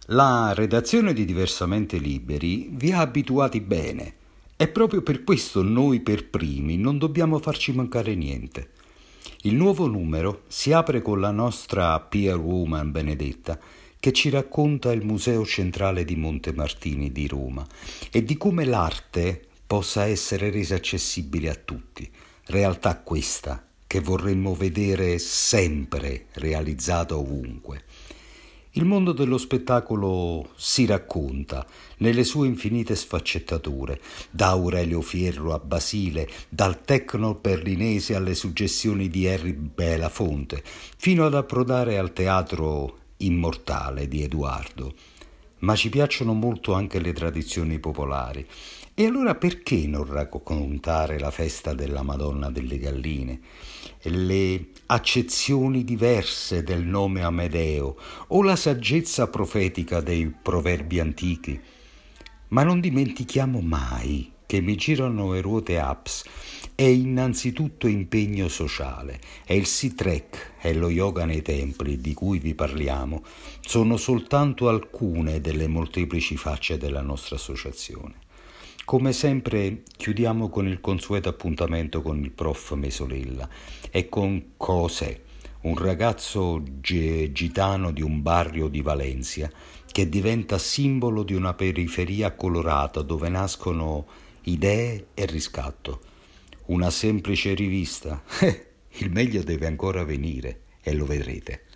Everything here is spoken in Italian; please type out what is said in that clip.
La redazione di Diversamente Liberi vi ha abituati bene e proprio per questo noi per primi non dobbiamo farci mancare niente. Il nuovo numero si apre con la nostra peer woman Benedetta che ci racconta il Museo Centrale di Montemartini di Roma e di come l'arte possa essere resa accessibile a tutti, realtà questa che vorremmo vedere sempre realizzata ovunque. Il mondo dello spettacolo si racconta nelle sue infinite sfaccettature, da Aurelio Fierro a Basile, dal techno berlinese alle suggestioni di Henry Belafonte, fino ad approdare al teatro immortale di Edoardo. Ma ci piacciono molto anche le tradizioni popolari. E allora perché non raccontare la festa della Madonna delle Galline, le accezioni diverse del nome Amedeo o la saggezza profetica dei proverbi antichi? Ma non dimentichiamo mai che Mi girano le ruote apps è innanzitutto impegno sociale e il Sea-Trek e lo yoga nei templi di cui vi parliamo sono soltanto alcune delle molteplici facce della nostra associazione. Come sempre chiudiamo con il consueto appuntamento con il prof Mesolella e con José, un ragazzo gitano di un barrio di Valencia che diventa simbolo di una periferia colorata dove nascono idee e riscatto. Una semplice rivista? Il meglio deve ancora venire e lo vedrete.